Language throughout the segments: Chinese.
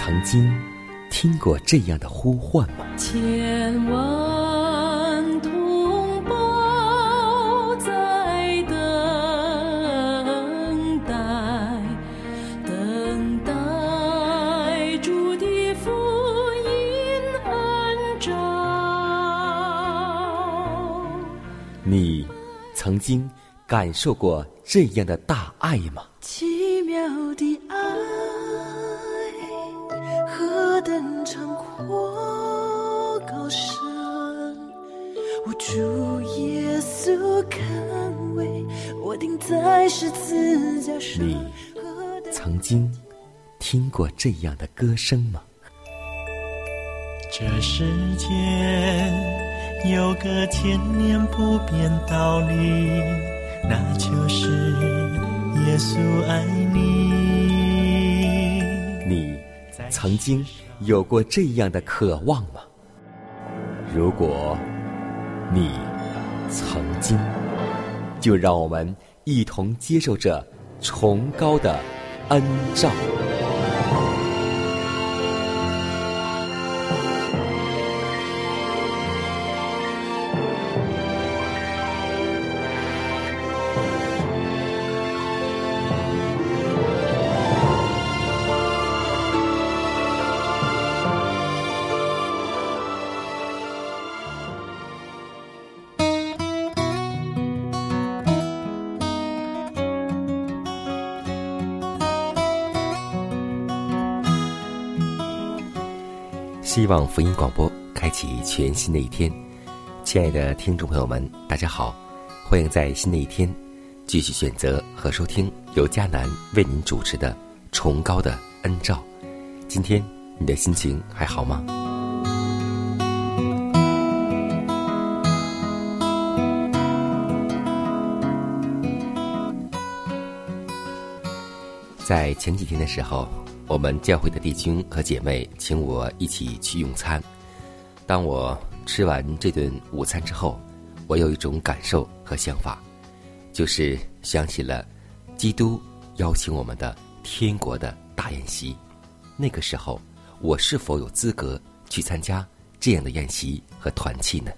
曾经听过这样的呼唤吗？ 千万同胞在等待，等待主的福音恩召。 你曾经感受过这样的大爱吗？ 奇妙的爱，何等长阔高深，我主耶稣看为我钉在十字架上。 你曾经听过这样的歌声吗？ 这世间有个千年不变道理，那就是耶稣爱你。 你曾经有过这样的渴望吗？如果你曾经，就让我们一同接受这崇高的恩召。希望福音广播开启全新的一天。亲爱的听众朋友们，大家好，欢迎在新的一天继续选择和收听由迦南为您主持的崇高的恩召。今天你的心情还好吗？在前几天的时候，我们教会的弟兄和姐妹请我一起去用餐。当我吃完这顿午餐之后，我有一种感受和想法，就是想起了基督邀请我们的天国的大宴席。那个时候，我是否有资格去参加这样的宴席和团契呢？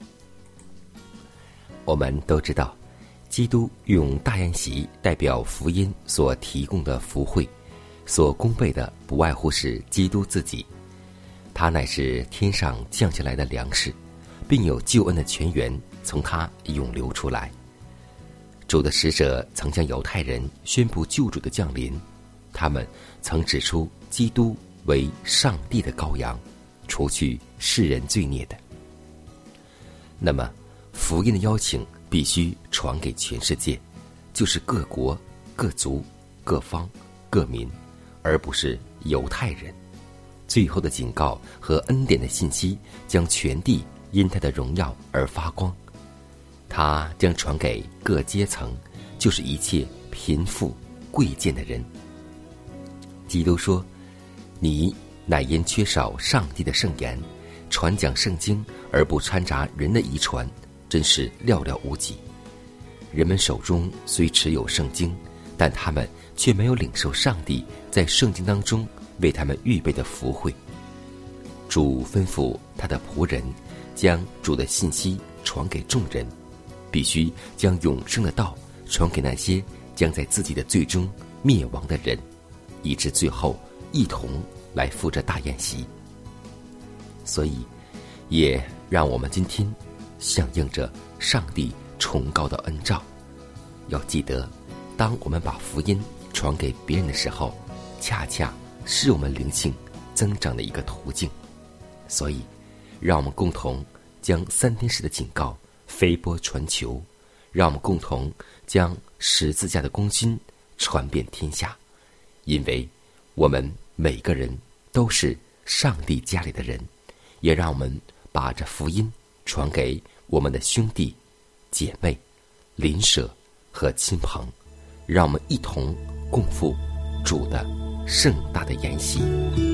我们都知道，基督用大宴席代表福音所提供的福惠，所供备的不外乎是基督自己，他乃是天上降下来的粮食，并有救恩的泉源从他涌流出来。主的使者曾向犹太人宣布救主的降临，他们曾指出基督为上帝的羔羊，除去世人罪孽的。那么福音的邀请必须传给全世界，就是各国、各族、各方、各民，而不是犹太人。最后的警告和恩典的信息将全地因他的荣耀而发光，他将传给各阶层，就是一切贫富贵贱的人。基督说，你乃因缺少上帝的圣言，传讲圣经而不掺杂人的遗传，真是寥寥无几。人们手中虽持有圣经，但他们却没有领受上帝在圣经当中为他们预备的福惠。主吩咐他的仆人将主的信息传给众人，必须将永生的道传给那些将在自己的罪中灭亡的人，以致最后一同来赴这大宴席。所以也让我们今天响应着上帝崇高的恩召，要记得，当我们把福音传给别人的时候，恰恰是我们灵性增长的一个途径。所以让我们共同将3天时的警告飞播传球，让我们共同将十字架的功勋传遍天下。因为我们每个人都是上帝家里的人，也让我们把这福音传给我们的兄弟姐妹、邻舍和亲朋，让我们一同共赴主的盛大的筵席。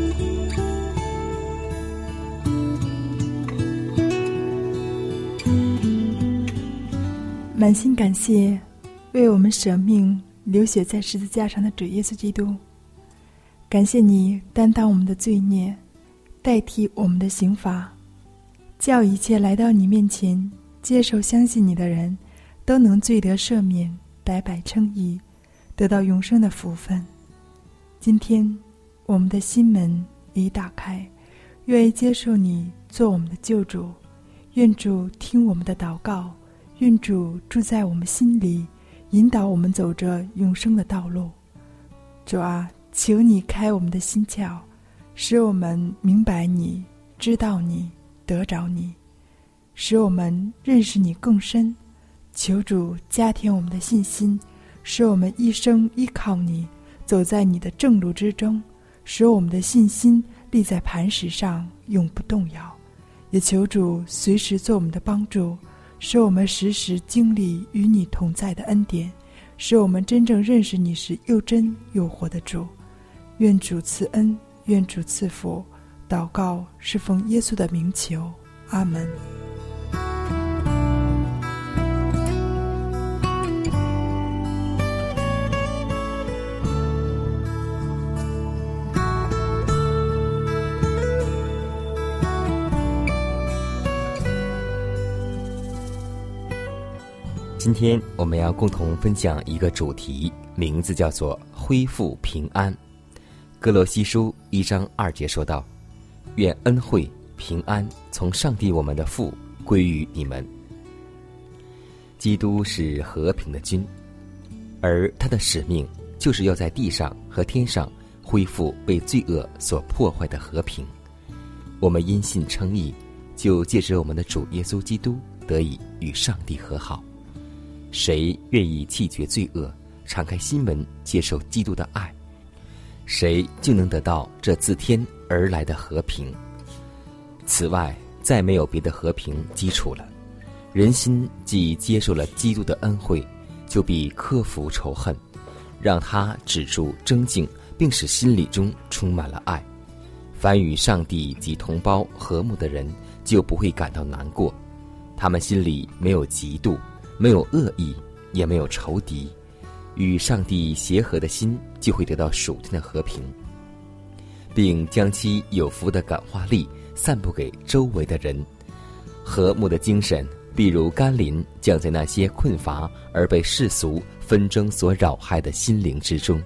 满心感谢为我们舍命流血在十字架上的主耶稣基督， 感谢你担当我们的罪孽，代替我们的刑罚，叫一切来到你面前接受相信你的人都能罪得赦免，白白称义，得到永生的福分。今天我们的心门已打开，愿意接受你做我们的救主，愿主听我们的祷告，愿主住在我们心里，引导我们走着永生的道路。主啊，求你开我们的心窍，使我们明白你，知道你，得着你，使我们认识你更深。求主加添我们的信心，使我们一生依靠你，走在你的正路之中，使我们的信心立在磐石上，永不动摇。也求主随时做我们的帮助，使我们时时经历与你同在的恩典，使我们真正认识你是又真又活的主。愿主赐恩，愿主赐福。祷告是奉耶稣的名求，阿门。 今天我们要共同分享一个主题，名字叫做恢复平安。哥罗西书1章2节说道：愿恩惠平安从上帝我们的父归于你们。基督是和平的君，而他的使命就是要在地上和天上恢复被罪恶所破坏的和平。我们因信称义，就借着我们的主耶稣基督得以与上帝和好。谁愿意弃绝罪恶，敞开心门接受基督的爱，谁就能得到这自天而来的和平。此外，再没有别的和平基础了。人心既接受了基督的恩惠，就必克服仇恨，让他止住争竞，并使心里中充满了爱。凡与上帝及同胞和睦的人，就不会感到难过。他们心里没有嫉妒，没有恶意，也没有仇敌，与上帝协和的心就会得到属天的和平，并将其有福的感化力散布给周围的人。和睦的精神必如甘霖降在那些困乏而被世俗纷争所扰害的心灵之中。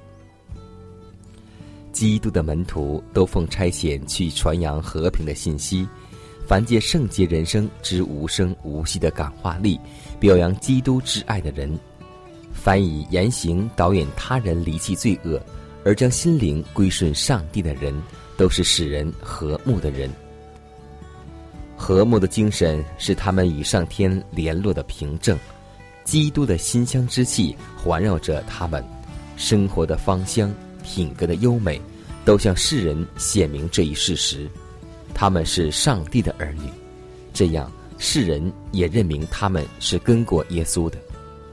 基督的门徒都奉差遣去传扬和平的信息，凡借圣洁人生之无声无息的感化力表扬基督之爱的人，凡以言行导演他人离弃罪恶而将心灵归顺上帝的人，都是使人和睦的人。和睦的精神是他们与上天联络的凭证，基督的馨香之气环绕着他们，生活的芳香，品格的优美，都向世人显明这一事实：他们是上帝的儿女。这样，世人也认明他们是跟过耶稣的。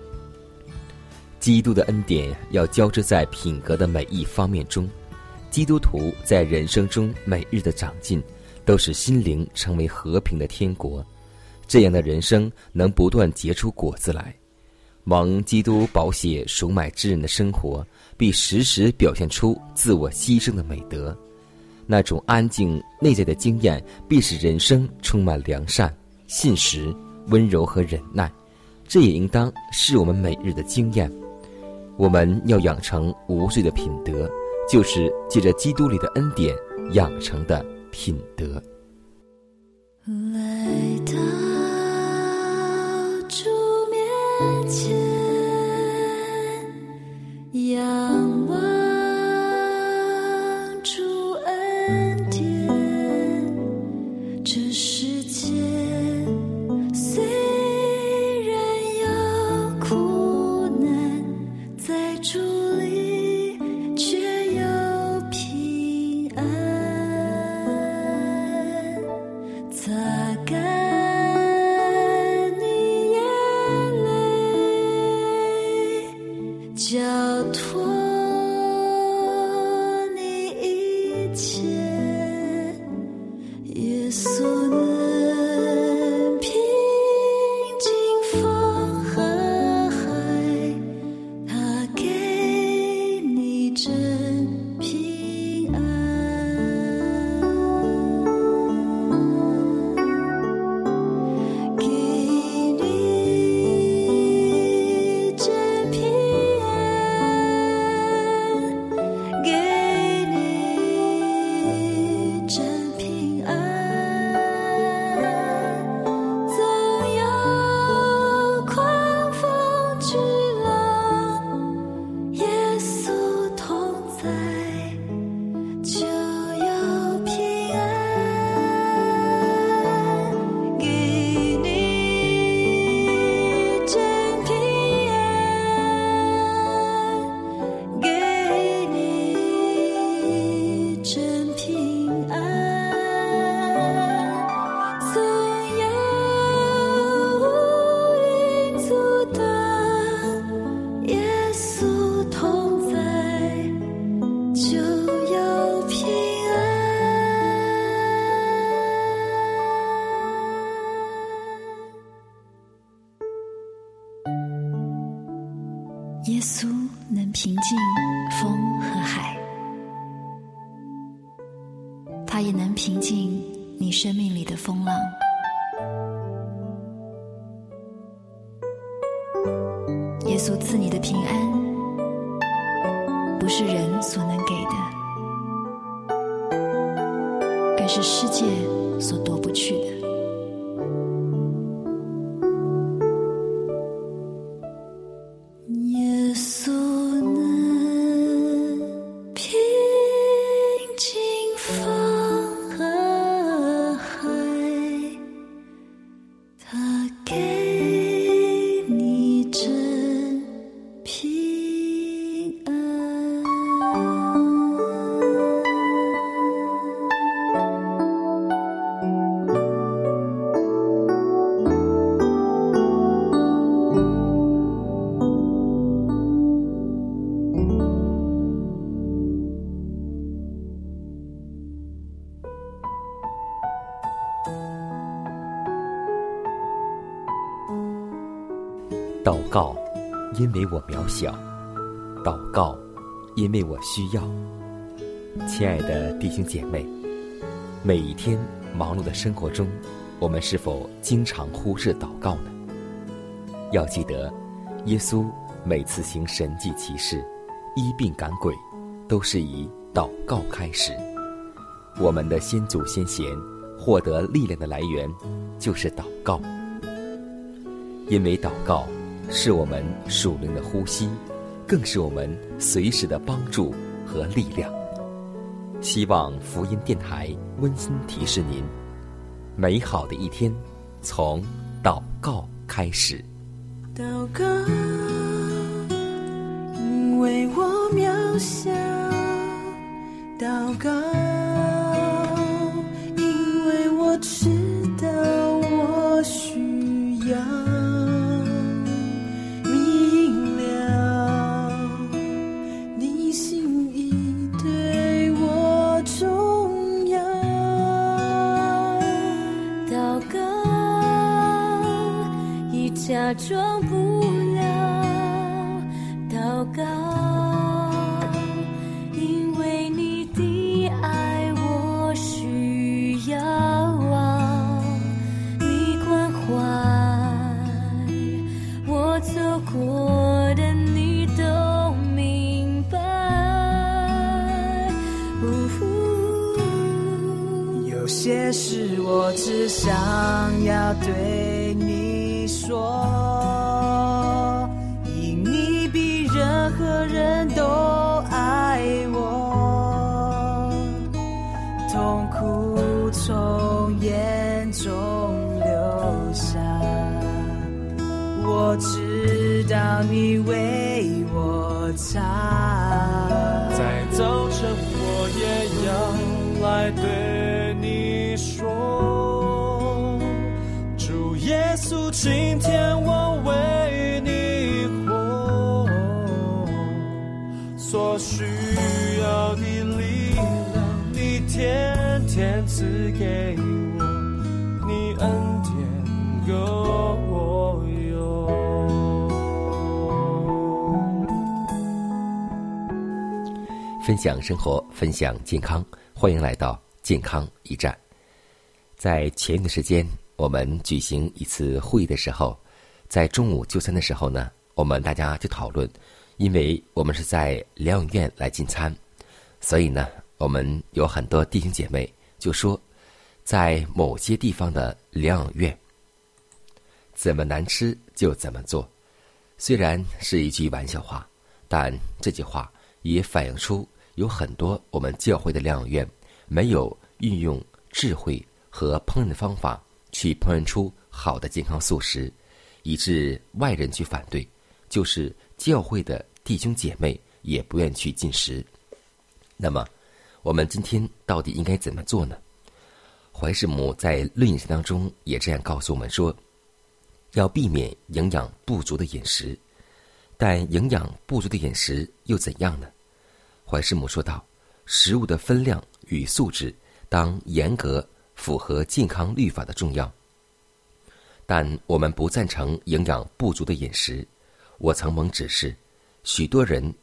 基督的恩典要交织在品格的每一方面中，基督徒在人生中每日的长进，都使心灵成为和平的天国。这样的人生能不断结出果子来。蒙基督宝血赎买之人的生活，必时时表现出自我牺牲的美德。那种安静内在的经验，必使人生充满良善、信实、温柔和忍耐。这也应当是我们每日的经验。我们要养成无罪的品德，就是借着基督里的恩典养成的品德。 来到主面前，仰望主恩典。这世界虽然有苦难，在主里却有平安。擦干你眼泪，交托你一切，耶稣能平静风和海，他给你真平能平静风和海，他也能平静你生命里的风浪。耶稣赐你的平安，不是人所能给的，更是世界所夺不去的。 耶稣能平静风和海，他给你真平安。 祷告，因为我渺小；祷告，因为我需要。亲爱的弟兄姐妹，每一天忙碌的生活中，我们是否经常忽视祷告呢？要记得，耶稣每次行神迹奇事、医病赶鬼，都是以祷告开始。我们的先祖先贤获得力量的来源，就是祷告。因为祷告是我们属灵的呼吸，更是我们随时的帮助和力量。希望福音电台温馨提示您，美好的一天从祷告开始。 祷告，因为我渺小；祷告，因为我知道我需要。 假装不了祷告，因为你的爱我需要啊，你关怀我走过的你都明白。 有些事我只想要对你说，因你比任何人都爱我，痛苦从眼中流下，我知道你为我擦。 在早晨我也要来对你说，主耶稣，今天我为你活，所需要的力量你天天赐给我，你恩典够用。 分享生活，分享健康，欢迎来到健康驿站。在前一段时间，我们举行一次会议的时候，在中午就餐的时候呢，我们大家就讨论，因为我们是在疗养院来进餐，所以呢，我们有很多弟兄姐妹就说，在某些地方的疗养院，怎么难吃就怎么做。虽然是一句玩笑话，但这句话也反映出有很多我们教会的疗养院没有运用智慧和烹饪的方法去烹饪出好的健康素食，以致外人去反对，就是教会的弟兄姐妹也不愿去进食。那么我们今天到底应该怎么做呢？怀世母在论饮食当中也这样告诉我们说，要避免营养不足的饮食。但营养不足的饮食又怎样呢？怀世母说道，食物的分量与素质当严格符合健康律法的重要。但我们不赞成营养不足的饮食。我曾蒙指示，许多人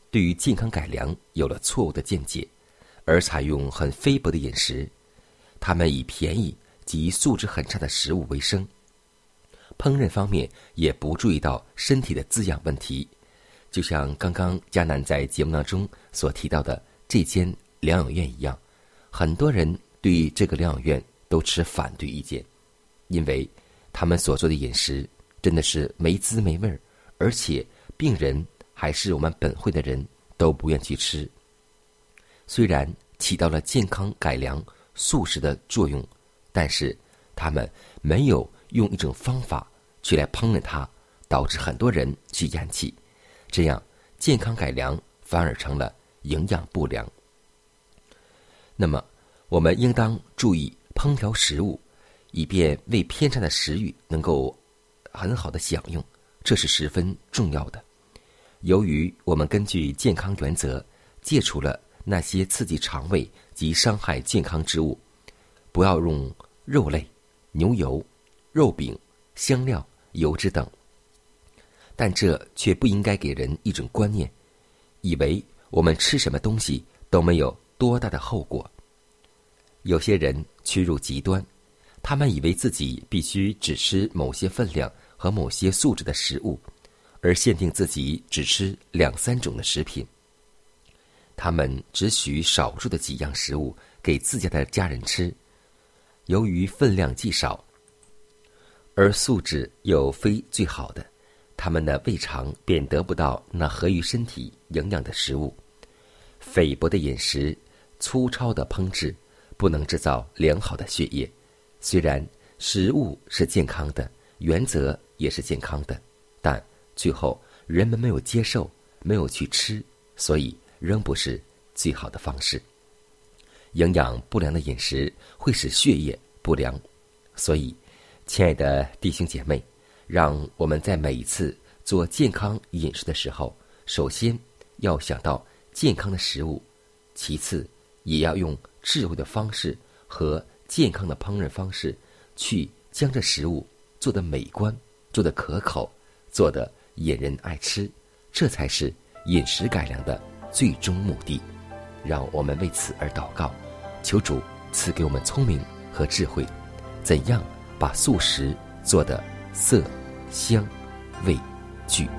对于健康改良有了错误的见解，而采用很菲薄的饮食。他们以便宜及素质很差的食物为生，烹饪方面也不注意到身体的滋养问题。就像刚刚迦南在节目当中所提到的这间疗养院一样，很多人对于这个疗养院都持反对意见，因为他们所做的饮食真的是没滋没味儿，而且病人还是我们本会的人都不愿去吃。虽然起到了健康改良素食的作用，但是他们没有用一种方法去来烹饪它，导致很多人去厌弃，这样健康改良反而成了营养不良。那么我们应当注意烹调食物，以便为偏差的食欲能够很好的享用，这是十分重要的。由于我们根据健康原则戒除了那些刺激肠胃及伤害健康之物，不要用肉类、牛油、肉饼、香料、油脂等。但这却不应该给人一种观念，以为我们吃什么东西都没有多大的后果。有些人趋入极端，他们以为自己必须只吃某些分量和某些素质的食物，而限定自己只吃2-3种的食品。他们只许少数的几样食物给自家的家人吃，由于分量既少，而素质又非最好的，他们的胃肠便得不到那合于身体营养的食物。菲薄的饮食，粗糙的烹制，不能制造良好的血液。虽然食物是健康的，原则也是健康的，但最后人们没有接受，没有去吃，所以仍不是最好的方式。营养不良的饮食会使血液不良，所以亲爱的弟兄姐妹，让我们在每一次做健康饮食的时候，首先要想到健康的食物，其次也要用智慧的方式和健康的烹饪方式去将这食物做得美观，做得可口，做得引人爱吃，这才是饮食改良的最终目的。让我们为此而祷告，求主赐给我们聪明和智慧，怎样把素食做得色香味俱。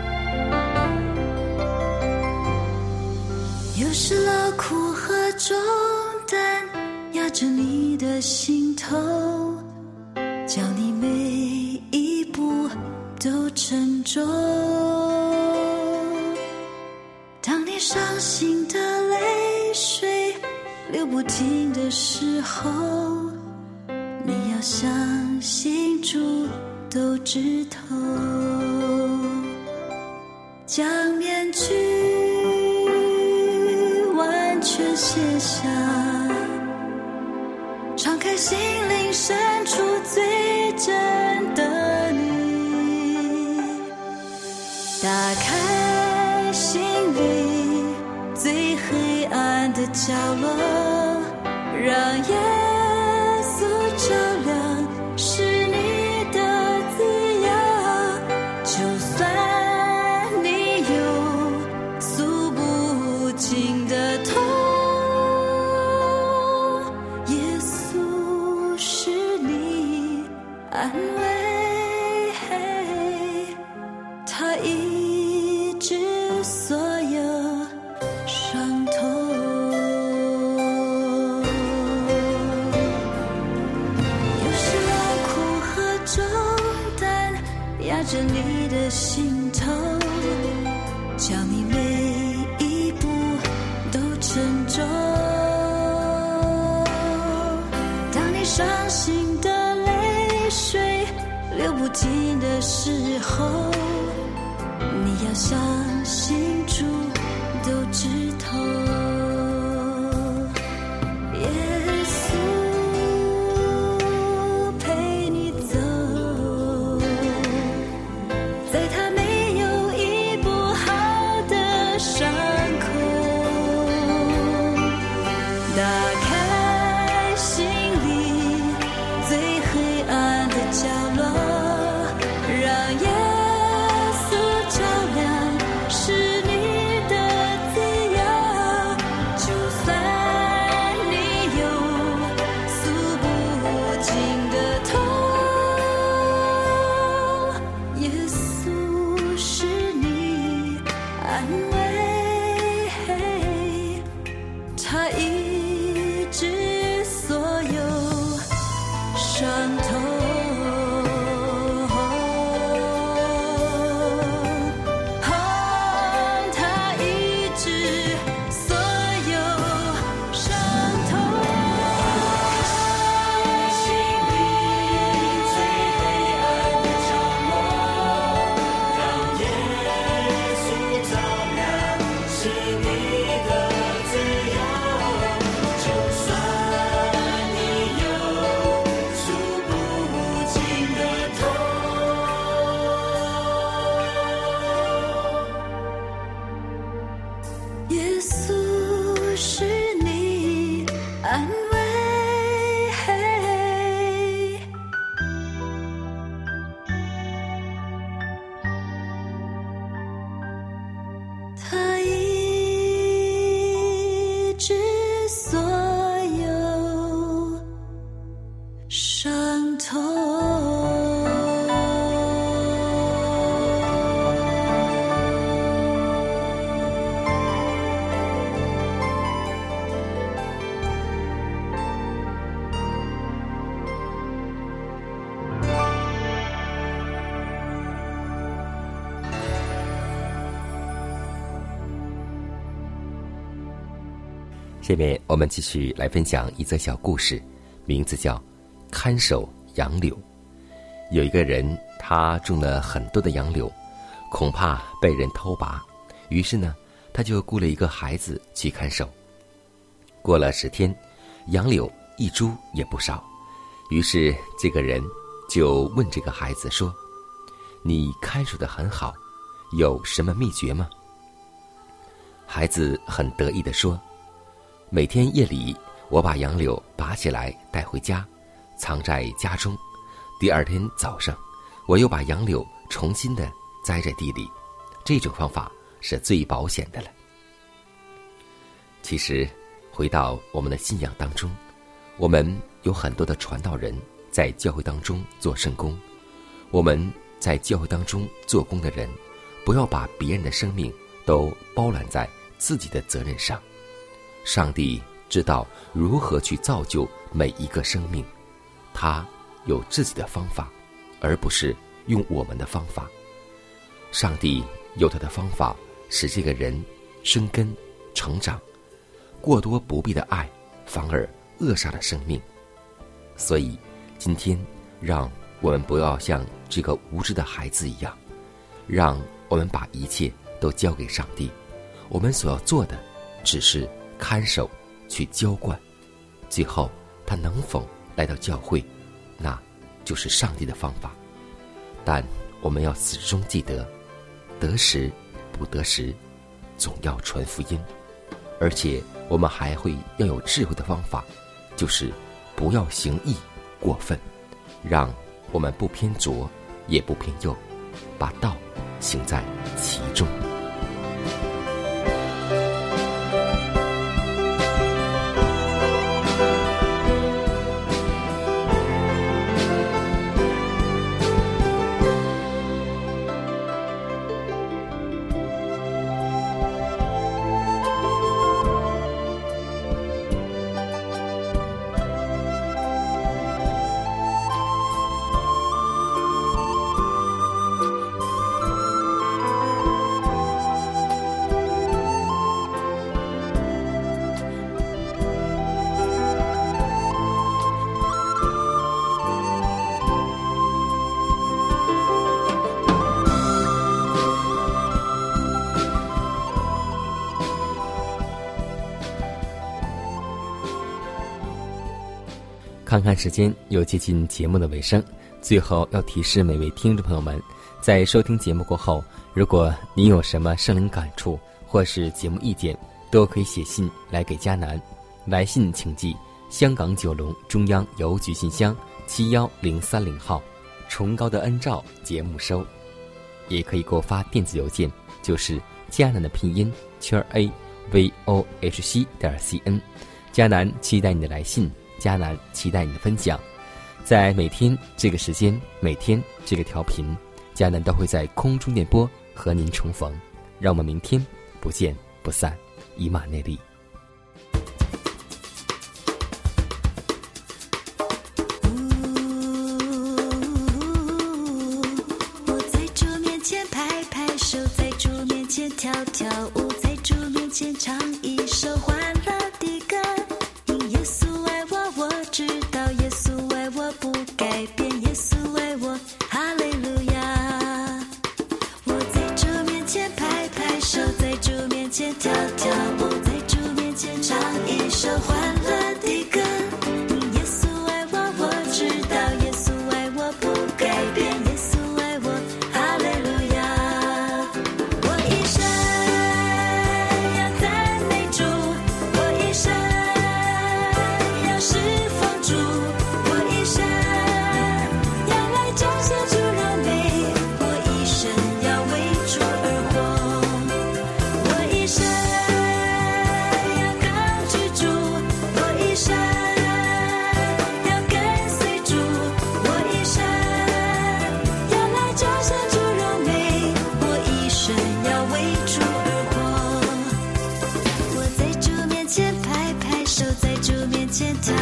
有时劳苦和重担压着你的心头，叫你每一步都沉重。当你伤心的泪水流不停的时候，你要相信主都知透。将面具完全卸下，敞开心灵深处最真的你，打开心里最黑暗的角落，让耶稣照亮是你的滋养。就算你有诉不尽的痛，耶稣是你安慰，他医治所有伤痛。有时劳苦和重担压着你的心头，叫你每一步都沉重。当你伤心的泪水流不停的时候，你要相信主都知透。耶稣陪你走，在他没有医不好的伤口，打开心里最黑暗的角落，让耶稣照亮是你的耶稣是你安慰，他医治所有伤痛。 下面我们继续来分享一则小故事，名字叫看守杨柳。有一个人，他种了很多的杨柳，恐怕被人偷拔，于是呢，他就雇了一个孩子去看守。过了10天，杨柳一株也不少，于是这个人就问这个孩子说：你看守得很好，有什么秘诀吗？孩子很得意地说：每天夜里，我把杨柳拔起来带回家，藏在家中。第2天早上，我又把杨柳重新的栽在地里。这种方法是最保险的了。其实，回到我们的信仰当中，我们有很多的传道人在教会当中做圣工。我们在教会当中做工的人，不要把别人的生命都包揽在自己的责任上。上帝知道如何去造就每一个生命，他有自己的方法，而不是用我们的方法。上帝有他的方法，使这个人生根成长。过多不必的爱，反而扼杀了生命。所以今天让我们不要像这个无知的孩子一样，让我们把一切都交给上帝。我们所要做的只是看守，去浇灌，最后他能否来到教会，那就是上帝的方法。但我们要始终记得，得时不得时，总要传福音。而且我们还会要有智慧的方法，就是不要行义过分，让我们不偏左也不偏右，把道行在其中。看看时间，又接近节目的尾声。最后要提示每位听众朋友们，在收听节目过后，如果您有什么圣灵感触或是节目意见，都可以写信来给迦南。来信请寄香港九龙中央邮局信箱71030号，崇高的恩照节目收。也可以给我发电子邮件，就是迦南的拼音@vohc.cn。迦南期待你的来信，迦南期待你的分享。在每天这个时间，每天这个调频，迦南都会在空中电波和您重逢。让我们明天不见不散，以马内利。 我在主面前拍拍手，在主面前跳跳舞，在主面前唱一首欢乐的歌。因耶稣爱我，我知道耶稣爱我不改变，耶稣爱我，哈利路亚。我在主面前拍拍手，在主面前跳跳舞，在主前拍拍手，在主面前跳